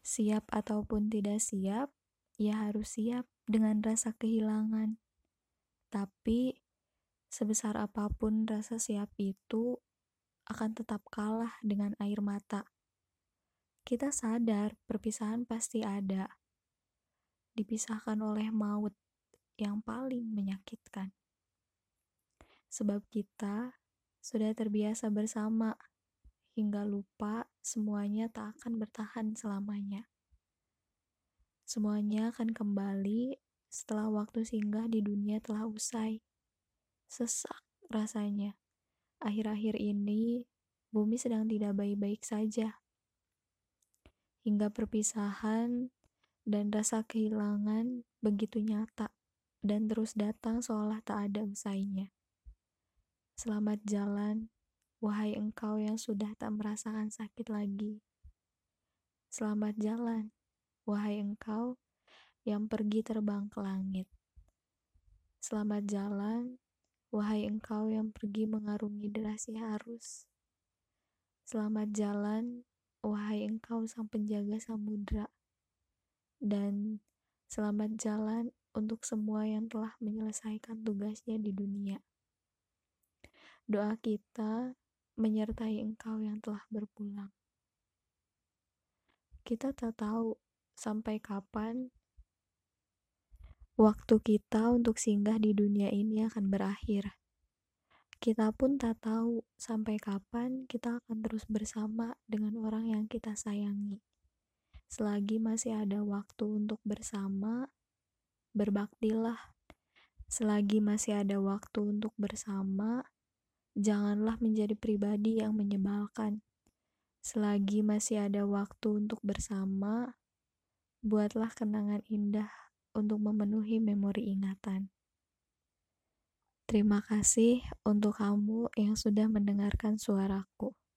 Siap ataupun tidak siap, ya harus siap dengan rasa kehilangan. Tapi, sebesar apapun rasa siap itu akan tetap kalah dengan air mata. Kita sadar perpisahan pasti ada, dipisahkan oleh maut yang paling menyakitkan. Sebab kita sudah terbiasa bersama, hingga lupa semuanya tak akan bertahan selamanya. Semuanya akan kembali setelah waktu singgah di dunia telah usai. Sesak rasanya. Akhir-akhir ini, bumi sedang tidak baik-baik saja. Hingga perpisahan dan rasa kehilangan begitu nyata dan terus datang seolah tak ada usainya. Selamat jalan, wahai engkau yang sudah tak merasakan sakit lagi. Selamat jalan, wahai engkau yang pergi terbang ke langit. Selamat jalan, wahai engkau yang pergi mengarungi derasnya arus. Selamat jalan, wahai engkau sang penjaga samudra. Dan selamat jalan untuk semua yang telah menyelesaikan tugasnya di dunia. Doa kita menyertai engkau yang telah berpulang. Kita tak tahu sampai kapan waktu kita untuk singgah di dunia ini akan berakhir. Kita pun tak tahu sampai kapan kita akan terus bersama dengan orang yang kita sayangi. Selagi masih ada waktu untuk bersama, berbaktilah. Selagi masih ada waktu untuk bersama, janganlah menjadi pribadi yang menyebalkan. Selagi masih ada waktu untuk bersama, buatlah kenangan indah untuk memenuhi memori ingatan. Terima kasih untuk kamu yang sudah mendengarkan suaraku.